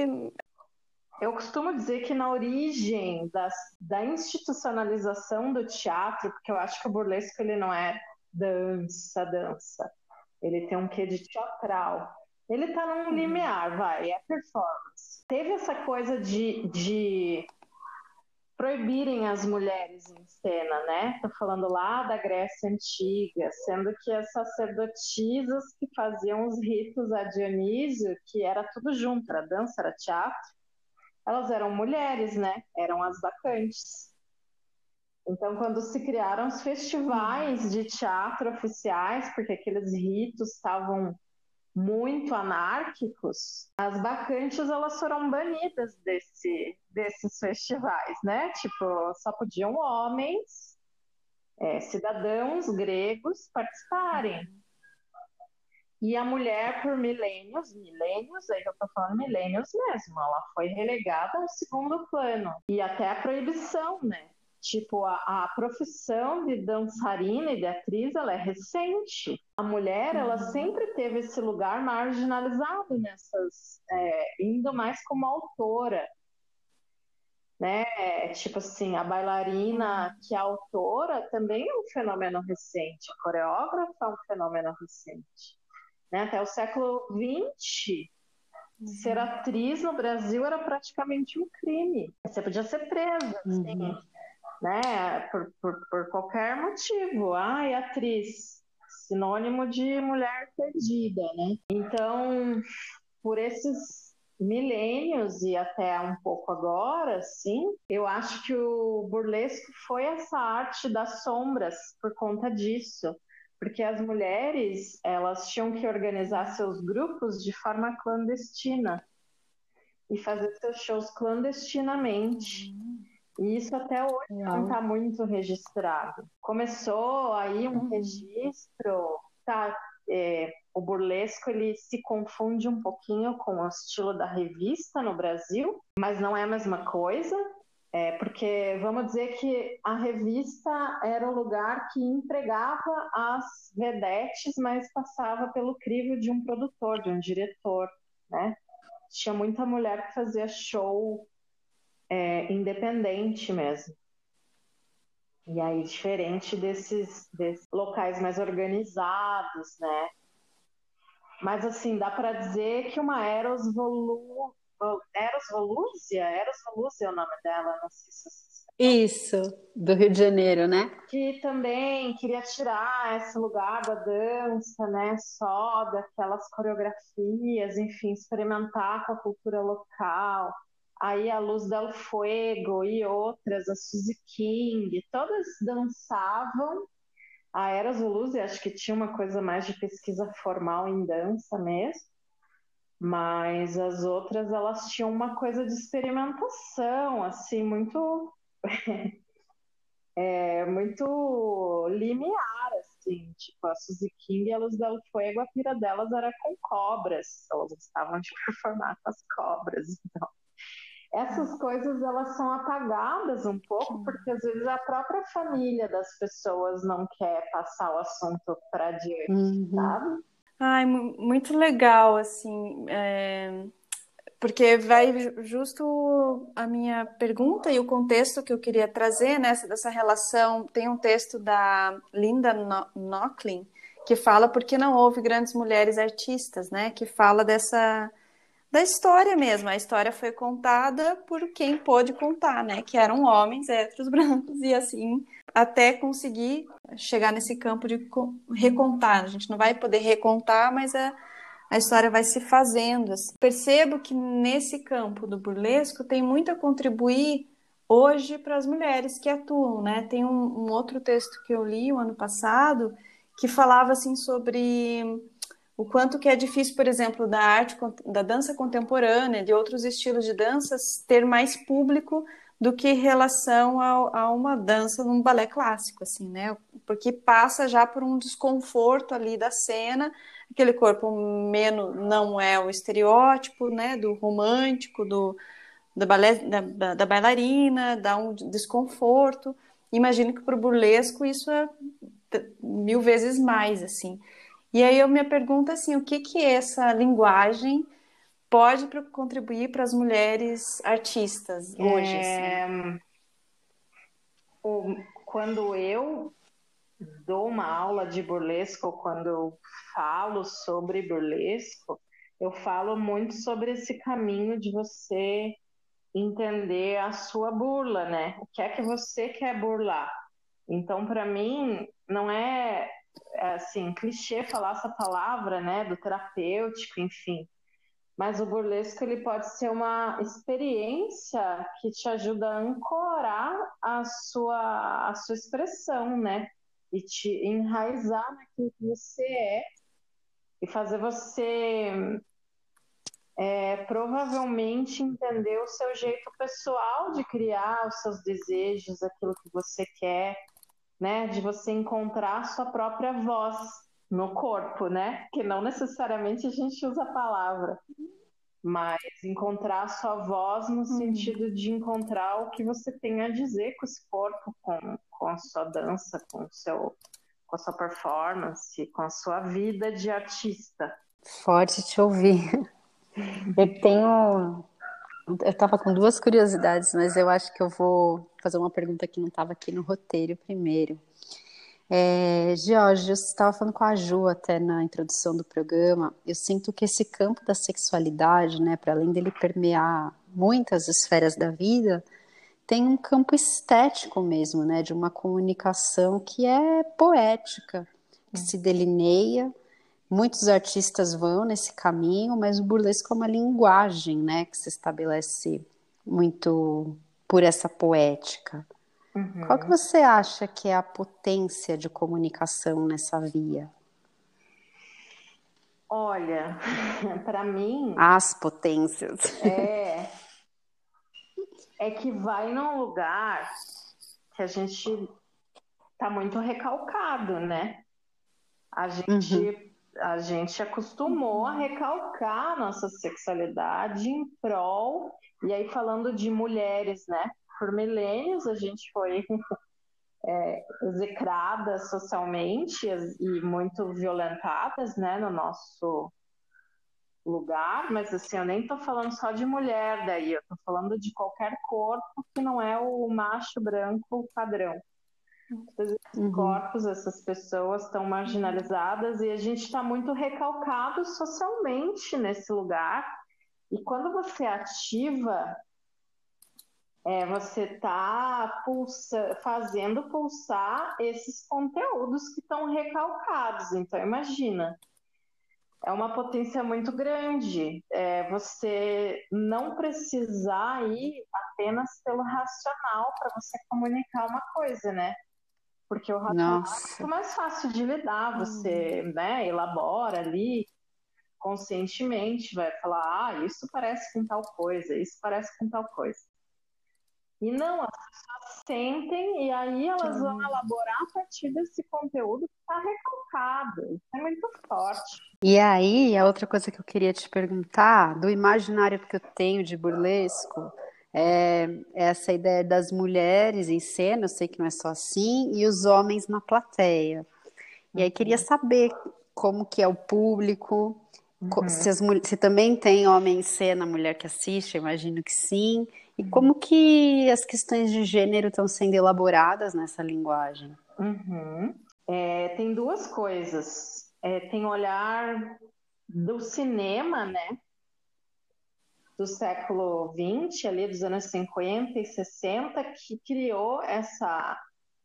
Eu costumo dizer que na origem das, da institucionalização do teatro, porque eu acho que o burlesco ele não é dança, dança. Ele tem um quê de teatral. Ele tá num limiar, vai, é performance. Teve essa coisa de... de proibirem as mulheres em cena, né? Tô falando lá da Grécia Antiga, sendo que as sacerdotisas que faziam os ritos a Dionísio, que era tudo junto, era dança, era teatro, elas eram mulheres, né? Eram as bacantes. Então, quando se criaram os festivais de teatro oficiais, porque aqueles ritos estavam muito anárquicos, as bacantes elas foram banidas desse, desses festivais, né? Tipo, só podiam homens, é, cidadãos gregos participarem. E a mulher, por milênios, milênios, aí eu tô falando milênios mesmo, ela foi relegada ao segundo plano. E até a proibição, né? Tipo, a, a profissão de dançarina e de atriz, ela é recente. A mulher, ela sempre teve esse lugar marginalizado nessas... É, indo mais como autora. Né? Tipo assim, a bailarina que é autora também é um fenômeno recente. A coreógrafa é um fenômeno recente. Né? Até o século vinte, uhum. ser atriz no Brasil era praticamente um crime. Você podia ser presa, assim. Uhum. Né, por, por, por qualquer motivo. Ai, atriz, sinônimo de mulher perdida, né? Então, por esses milênios e até um pouco agora, sim, eu acho que o burlesco foi essa arte das sombras por conta disso. Porque as mulheres, elas tinham que organizar seus grupos de forma clandestina e fazer seus shows clandestinamente. E isso até hoje não está muito registrado. Começou aí um uhum. registro, tá? É, o burlesco ele se confunde um pouquinho com o estilo da revista no Brasil, mas não é a mesma coisa. É, porque vamos dizer que a revista era o lugar que entregava as vedetes, mas passava pelo crivo de um produtor, de um diretor, né? Tinha muita mulher que fazia show é, independente mesmo. E aí, diferente desses, desses locais mais organizados, né? Mas, assim, dá para dizer que uma Eros Volu... Eros Volúzia? Eros Volúzia é o nome dela, não sei se você... Isso, do Rio de Janeiro, né? Que também queria tirar esse lugar da dança, né? Só daquelas coreografias, enfim, experimentar com a cultura local. Aí a Luz del Fuego e outras, a Suzy King, todas dançavam. A Eros Volúzia, acho que tinha uma coisa mais de pesquisa formal em dança mesmo. Mas as outras, elas tinham uma coisa de experimentação, assim, muito... é, muito limiar, assim, tipo, a Suzy King e a Luz del Fuego, a pira delas era com cobras, elas gostavam de performar com as cobras, então... Essas coisas, elas são apagadas um pouco, porque às vezes a própria família das pessoas não quer passar o assunto para adiante, uhum. sabe? Ai, muito legal, assim, é... porque vai justo a minha pergunta e o contexto que eu queria trazer, né, dessa relação. Tem um texto da Linda Nochlin que fala por que não houve grandes mulheres artistas, né, que fala dessa... da história mesmo. A história foi contada por quem pôde contar, né? Que eram homens héteros brancos e assim, até conseguir chegar nesse campo de recontar. A gente não vai poder recontar, mas a, a história vai se fazendo. Assim. Percebo que nesse campo do burlesco tem muito a contribuir hoje para as mulheres que atuam, né? Tem um, um outro texto que eu li o ano passado que falava assim sobre... o quanto que é difícil, por exemplo, da arte, da dança contemporânea, de outros estilos de danças, ter mais público do que em relação a, a uma dança num balé clássico, assim, né? Porque passa já por um desconforto ali da cena, aquele corpo menos, não é o estereótipo, né? Do romântico, do, do balé, da, da bailarina, dá um desconforto. Imagino que para o burlesco isso é mil vezes mais, assim. E aí a minha pergunta é assim, o que que essa linguagem pode contribuir para as mulheres artistas hoje? É... Assim? O... Quando eu dou uma aula de burlesco, quando eu falo sobre burlesco, eu falo muito sobre esse caminho de você entender a sua burla, né? O que é que você quer burlar? Então, para mim, não é... é assim, clichê falar essa palavra, né, do terapêutico, enfim. Mas o burlesco, ele pode ser uma experiência que te ajuda a ancorar a sua, a sua expressão, né? E te enraizar naquilo que você é e fazer você é, provavelmente entender o seu jeito pessoal de criar os seus desejos, aquilo que você quer, né, de você encontrar a sua própria voz no corpo, né, que não necessariamente a gente usa a palavra, mas encontrar a sua voz no sentido de encontrar o que você tem a dizer com esse corpo, com, com a sua dança, com, o seu, com a sua performance, com a sua vida de artista. Forte te ouvir. Eu tenho... Eu estava com duas curiosidades, mas eu acho que eu vou fazer uma pergunta que não estava aqui no roteiro primeiro. É, George, eu estava falando com a Ju até na introdução do programa. Eu sinto que esse campo da sexualidade, né, para além dele permear muitas esferas da vida, tem um campo estético mesmo, né, de uma comunicação que é poética, que se delineia muitos artistas vão nesse caminho, mas o burlesco é uma linguagem, né, que se estabelece muito por essa poética. Qual que Uhum. você acha que é a potência de comunicação nessa via? Olha, para mim, As potências. é, é que vai num lugar que a gente tá muito recalcado, né? A gente, Uhum. a gente acostumou a recalcar a nossa sexualidade em prol, e aí falando de mulheres, né? Por milênios a gente foi é, execradas socialmente e muito violentadas, né? No nosso lugar, mas assim, eu nem tô falando só de mulher daí, eu tô falando de qualquer corpo que não é o macho branco padrão. Todos esses Uhum. corpos, essas pessoas estão marginalizadas e a gente está muito recalcado socialmente nesse lugar. E quando você ativa, é, você está pulsa, fazendo pulsar esses conteúdos que estão recalcados. Então, imagina, é uma potência muito grande. É, você não precisar ir apenas pelo racional para você comunicar uma coisa, né? Porque o racional é Nossa. muito mais fácil de lidar, você né, elabora ali conscientemente, vai falar, ah, isso parece com tal coisa, isso parece com tal coisa. E não, as pessoas sentem e aí elas vão elaborar a partir desse conteúdo que está recalcado. Isso é muito forte. E aí, a outra coisa que eu queria te perguntar, do imaginário que eu tenho de burlesco, é essa ideia das mulheres em cena, eu sei que não é só assim, e os homens na plateia. E aí queria saber como que é o público, co- Uhum. se, as, mul- se também tem homem em cena, mulher que assiste, eu imagino que sim, e como que as questões de gênero estão sendo elaboradas nessa linguagem. Uhum. É, tem duas coisas. É, tem o olhar do cinema, né? Do século vinte, ali dos anos cinquenta e sessenta, que criou essa,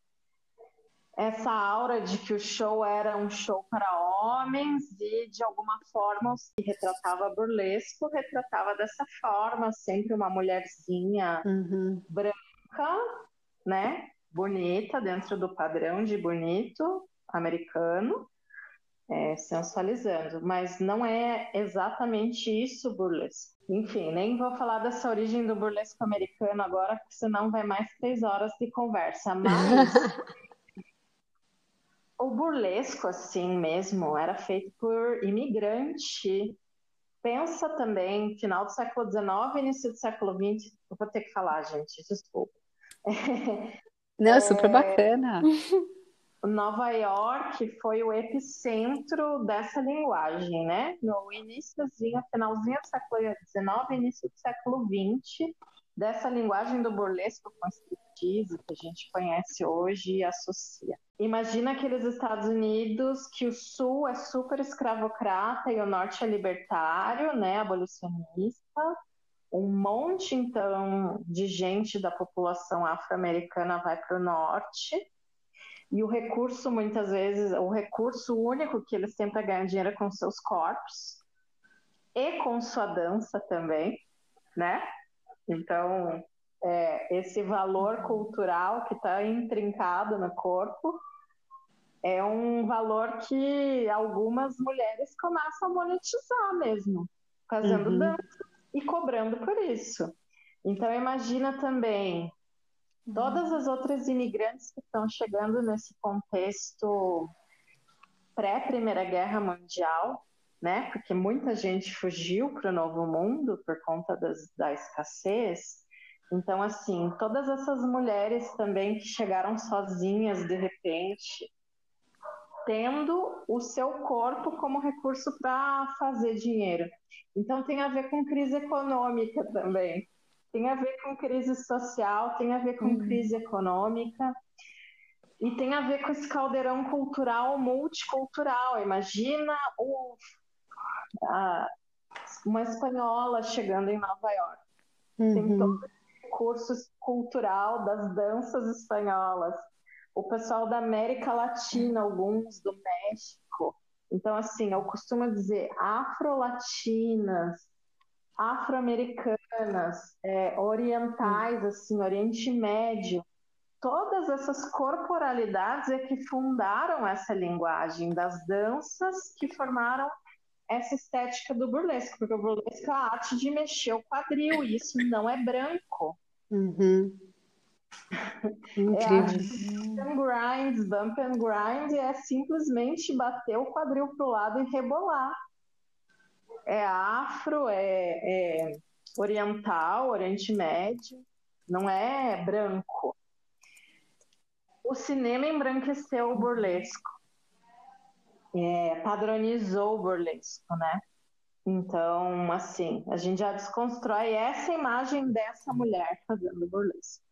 essa aura de que o show era um show para homens e, de alguma forma, o que retratava burlesco retratava dessa forma, sempre uma mulherzinha Uhum. branca, né? Bonita, dentro do padrão de bonito americano, é, sensualizando, mas não é exatamente isso o burlesco. Enfim, nem vou falar dessa origem do burlesco americano agora, porque senão vai mais três horas de conversa. Mas o burlesco, assim mesmo, era feito por imigrante. Pensa também, final do século dezenove, início do século vinte. Eu vou ter que falar, gente, desculpa. Não, super bacana. Nova York foi o epicentro dessa linguagem, né? No iníciozinho, finalzinho do século dezenove, início do século vinte, dessa linguagem do burlesco com striptease que a gente conhece hoje e associa. Imagina aqueles Estados Unidos que o sul é super escravocrata e o norte é libertário, né? Abolicionista. Um monte, então, de gente da população afro-americana vai para o norte. E o recurso, muitas vezes, o recurso único que eles têm para ganhar dinheiro é com seus corpos e com sua dança também, né? Então, é, esse valor cultural que está intrincado no corpo é um valor que algumas mulheres começam a monetizar mesmo, fazendo Uhum. dança e cobrando por isso. Então, imagina também todas as outras imigrantes que estão chegando nesse contexto pré-Primeira Guerra Mundial, né? Porque muita gente fugiu para o Novo Mundo por conta das, da escassez. Então, assim, todas essas mulheres também que chegaram sozinhas de repente, tendo o seu corpo como recurso para fazer dinheiro. Então, tem a ver com crise econômica também. Tem a ver com crise social, tem a ver com crise econômica. E tem a ver com esse caldeirão cultural multicultural. Imagina o, a, uma espanhola chegando em Nova York. Tem todo Uhum. esse recurso cultural das danças espanholas. O pessoal da América Latina, alguns do México, Então, assim, eu costumo dizer afro-latinas, afro-americanas, é, orientais, assim, Oriente Médio, todas essas corporalidades é que fundaram essa linguagem das danças que formaram essa estética do burlesco, porque o burlesco é a arte de mexer o quadril, e isso não é branco. Uhum. É a arte Incrível. do bump and grind, bump and grind é simplesmente bater o quadril pro lado e rebolar. É afro, é, é oriental, Oriente Médio, não é branco. O cinema embranqueceu o burlesco, é, padronizou o burlesco, né? Então, assim, a gente já desconstrói essa imagem dessa mulher fazendo burlesco.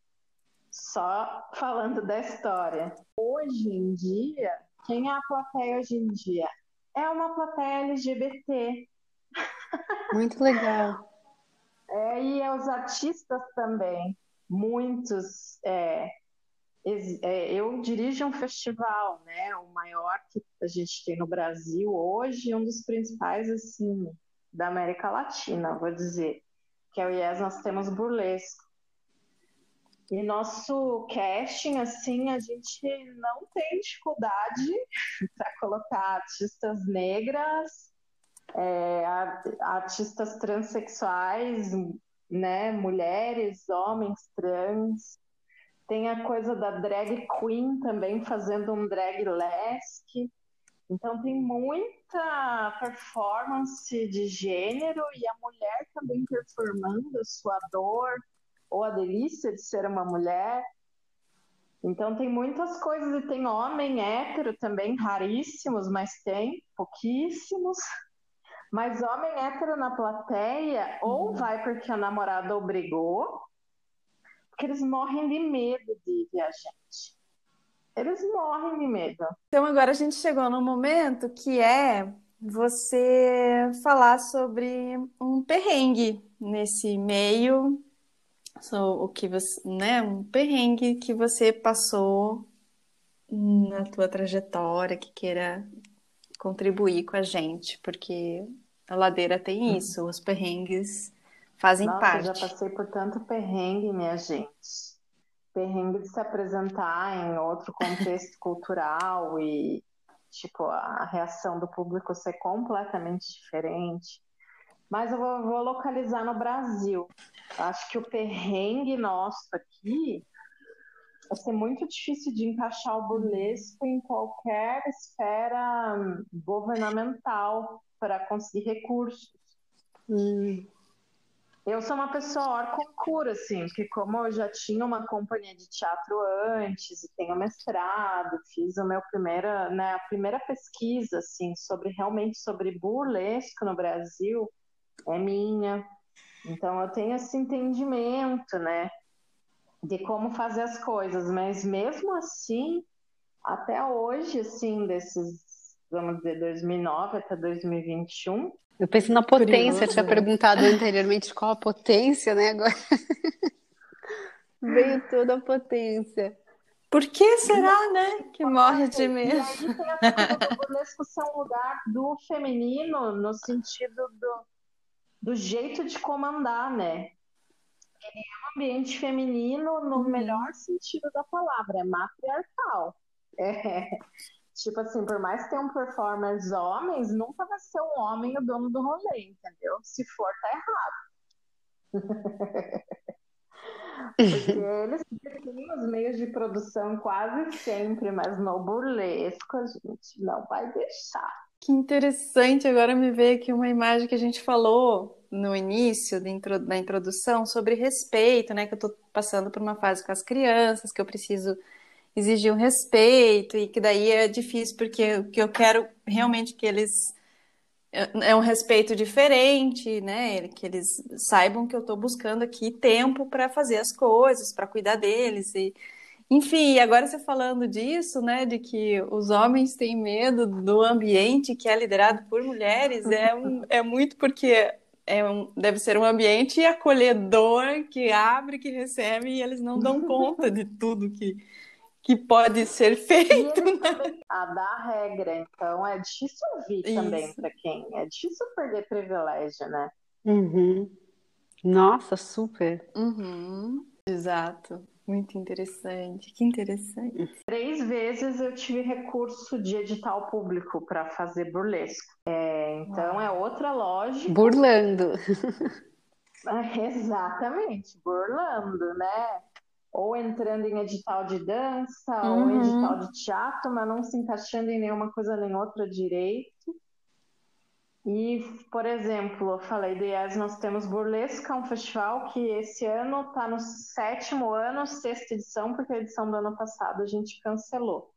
Só falando da história. Hoje em dia, quem é a plateia hoje em dia? É uma plateia L G B T. Muito legal. É, e é os artistas também. Muitos. É, é, eu dirijo um festival, né? O maior que a gente tem no Brasil hoje, um dos principais, assim, da América Latina, vou dizer. Que é o Yes, nós temos burlesco. E nosso casting, assim, a gente não tem dificuldade para colocar artistas negras, é, artistas transexuais, né, mulheres, homens trans. Tem a coisa da drag queen também fazendo um drag-lesque. Então tem muita performance de gênero e a mulher também performando a sua dor, ou a delícia de ser uma mulher. Então tem muitas coisas, e tem homem hétero também, raríssimos, mas tem, pouquíssimos. Mas homem hétero na plateia, ou vai porque a namorada obrigou, porque eles morrem de medo de ver a gente. Eles morrem de medo. Então agora a gente chegou num momento que é você falar sobre um perrengue nesse meio. So, o que você, né, um perrengue que você passou na tua trajetória, que queira contribuir com a gente, porque a ladeira tem isso, os perrengues fazem Nossa, parte. eu já passei por tanto perrengue, minha gente. Perrengue de se apresentar em outro contexto cultural e, tipo, a reação do público ser completamente diferente. Mas eu vou, vou localizar no Brasil. Acho que o perrengue nosso aqui vai ser muito difícil de encaixar o burlesco em qualquer esfera governamental para conseguir recursos. Hum. Eu sou uma pessoa hors concurso, assim, porque como eu já tinha uma companhia de teatro antes e tenho mestrado, fiz o meu primeira, né, a primeira pesquisa, assim, sobre realmente sobre burlesco no Brasil é minha. Então eu tenho esse entendimento, né, de como fazer as coisas, mas mesmo assim, até hoje, assim, desses, vamos dizer, dois mil e nove até dois mil e vinte e um. Eu penso na potência, Curioso, eu tinha né? perguntado anteriormente qual a potência, né? Agora veio toda a potência. Por que será, né, que morre de medo? E aí tem essa coisa do burlesco ser um lugar do feminino, no sentido do, do jeito de comandar, né? Ele é um ambiente feminino no Uhum. melhor sentido da palavra, é matriarcal. É, tipo assim, por mais que tenham performers homens, nunca vai ser um homem o dono do rolê, entendeu? Se for, tá errado. Porque eles têm os meios de produção quase sempre, mas no burlesco a gente não vai deixar. Que interessante, agora me veio aqui uma imagem que a gente falou no início da, intro, da introdução sobre respeito, né? Que eu tô passando por uma fase com as crianças, que eu preciso exigir um respeito e que daí é difícil porque o que eu quero realmente que eles é um respeito diferente, né? Que eles saibam que eu estou buscando aqui tempo para fazer as coisas, para cuidar deles e enfim, agora você falando disso, né, de que os homens têm medo do ambiente que é liderado por mulheres, é, um, é muito porque é um, deve ser um ambiente acolhedor, que abre, que recebe, e eles não dão conta de tudo que, que pode ser feito. E eles também, a, a dar regra, então é difícil ouvir também Isso. para quem. É difícil perder privilégio, né? Uhum. Nossa, super. Uhum. Exato. Muito interessante. Que interessante. Três vezes eu tive recurso de edital público para fazer burlesco. É, então é outra lógica. Burlando. Exatamente, burlando, né? Ou entrando em edital de dança, ou Uhum. edital de teatro, mas não se encaixando em nenhuma coisa nem outra direito. E, por exemplo, eu falei do IES, nós temos Burlesca, um festival que esse ano está no sétimo ano, sexta edição, porque a edição do ano passado a gente cancelou.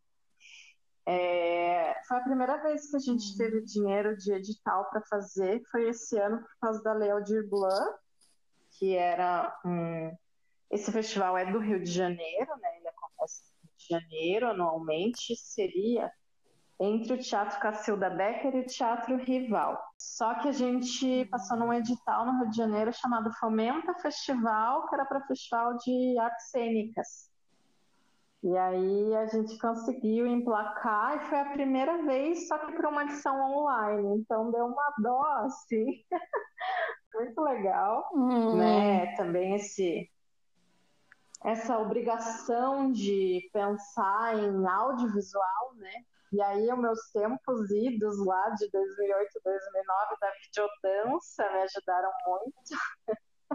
É, foi a primeira vez que a gente teve dinheiro de edital para fazer, foi esse ano por causa da Lei Aldir Blanc, que era um... Esse festival é do Rio de Janeiro, né? Ele acontece no Rio de Janeiro anualmente, seria entre o Teatro Cacilda Becker e o Teatro Rival. Só que a gente passou num edital no Rio de Janeiro chamado Fomenta Festival, que era para festival de artes cênicas. E aí a gente conseguiu emplacar e foi a primeira vez, só que para uma edição online. Então deu uma dó, assim. Muito legal, Uhum. né? Também esse... essa obrigação de pensar em audiovisual, né? E aí, os meus tempos idos lá de dois mil e oito, dois mil e nove da videodança me ajudaram muito.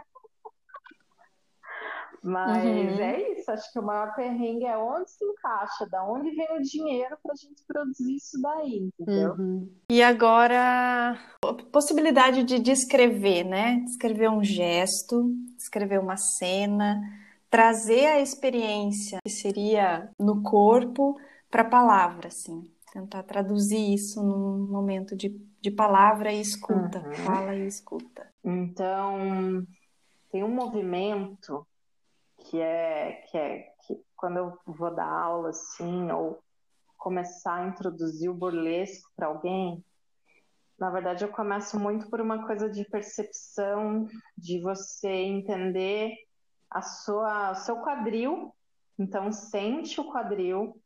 Mas Uhum. é isso, acho que o maior perrengue é onde se encaixa, da onde vem o dinheiro para a gente produzir isso daí, entendeu? Uhum. E agora, a possibilidade de descrever, né? Descrever um gesto, descrever uma cena, trazer a experiência que seria no corpo para a palavra, assim. Tentar traduzir isso num momento de, de palavra e escuta, Uhum. fala e escuta. Então, tem um movimento que é, que é que quando eu vou dar aula, assim, ou começar a introduzir o burlesco para alguém, na verdade eu começo muito por uma coisa de percepção, de você entender a sua, o seu quadril. Então sente o quadril,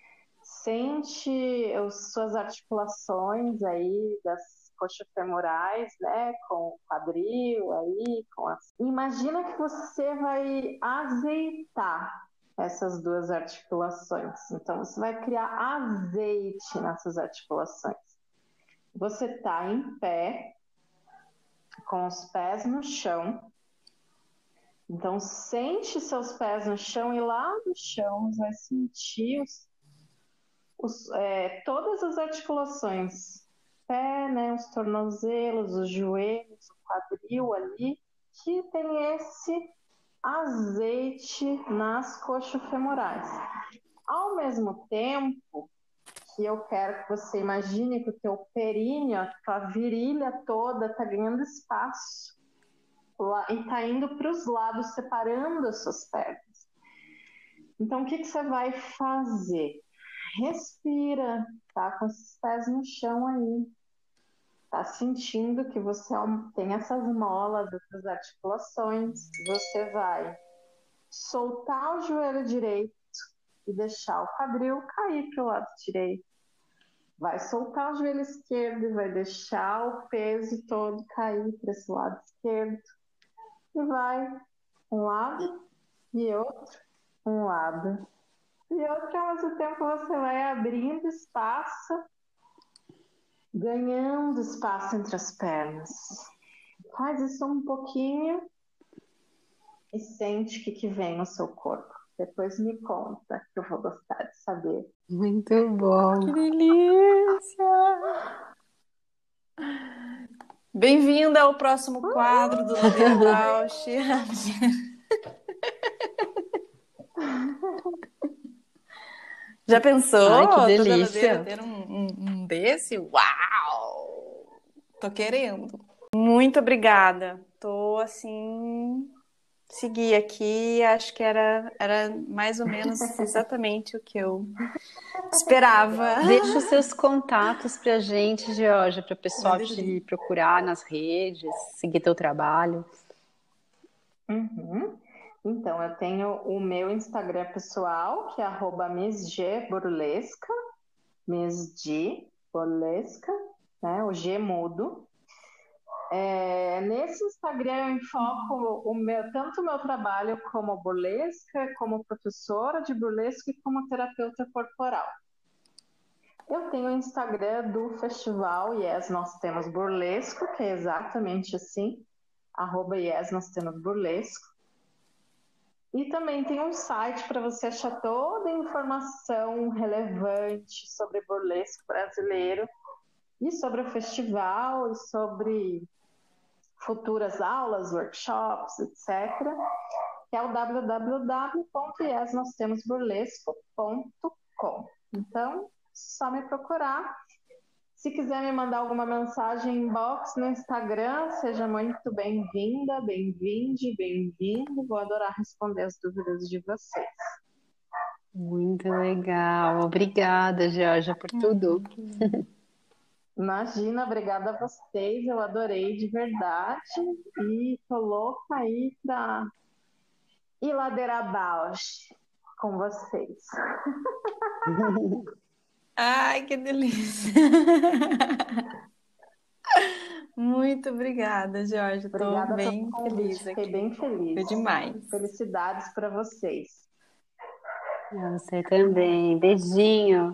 sente as suas articulações aí das coxofemorais, né, com o quadril aí, com as... Imagina que você vai azeitar essas duas articulações. Então você vai criar azeite nessas articulações. Você está em pé, com os pés no chão. Então sente seus pés no chão e lá no chão você vai sentir os, os, é, todas as articulações. Pé, né, os tornozelos, os joelhos, o quadril ali, que tem esse azeite nas coxofemorais. Ao mesmo tempo que eu quero que você imagine que o teu períneo, a tua virilha toda está ganhando espaço lá, e está indo para os lados, separando as suas pernas. Então, o que, que você vai fazer? Respira, tá com os pés no chão aí. Tá sentindo que você tem essas molas, essas articulações. Você vai soltar o joelho direito e deixar o quadril cair para o lado direito. Vai soltar o joelho esquerdo e vai deixar o peso todo cair para esse lado esquerdo. E vai um lado e outro, um lado e outro. Ao mesmo tempo você vai abrindo espaço, ganhando espaço entre as pernas. Faz isso um pouquinho e sente o que, que vem no seu corpo. Depois me conta, que eu vou gostar de saber. Muito bom. Que delícia! Bem-vinda ao próximo quadro do Ladeira Bausch. Já pensou? Ai, que Toda delícia. ladeira ter um, um, um desse? Uau! Tô querendo. Muito obrigada. Tô assim... Segui aqui, acho que era, era mais ou menos exatamente o que eu esperava. Deixa os seus contatos pra gente, Georgia, para o pessoal te procurar nas redes, seguir teu trabalho. Uhum. Então, eu tenho o meu Instagram pessoal, que é arroba missgburlesca, Mesdi Burlesca, né? O G mudo. É, nesse Instagram eu enfoco o meu, tanto o meu trabalho como burlesca, como professora de burlesca e como terapeuta corporal. Eu tenho o Instagram do festival Yes Nós Temos Burlesco, que é exatamente assim, arroba Yes Nós Temos Burlesco. E também tem um site para você achar toda a informação relevante sobre burlesco brasileiro e sobre o festival e sobre futuras aulas, workshops, etcétera, que é o w w w ponto yes nós temos burlesco ponto com. Então, só me procurar. Se quiser me mandar alguma mensagem inbox no Instagram, seja muito bem-vinda, bem-vinde, bem-vindo. Vou adorar responder as dúvidas de vocês. Muito legal. Obrigada, Georgia, por tudo. Imagina, obrigada a vocês, eu adorei de verdade e tô louca aí pra ir ladeira abaixo com vocês. Ai, que delícia! Muito obrigada, Jorge. Tô Obrigada bem pelo convite, feliz fiquei aqui. bem feliz. Foi demais. Felicidades para vocês. Você também. Beijinho.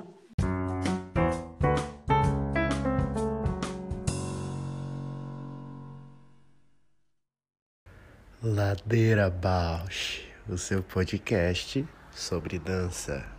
Ladeira Bausch, o seu podcast sobre dança.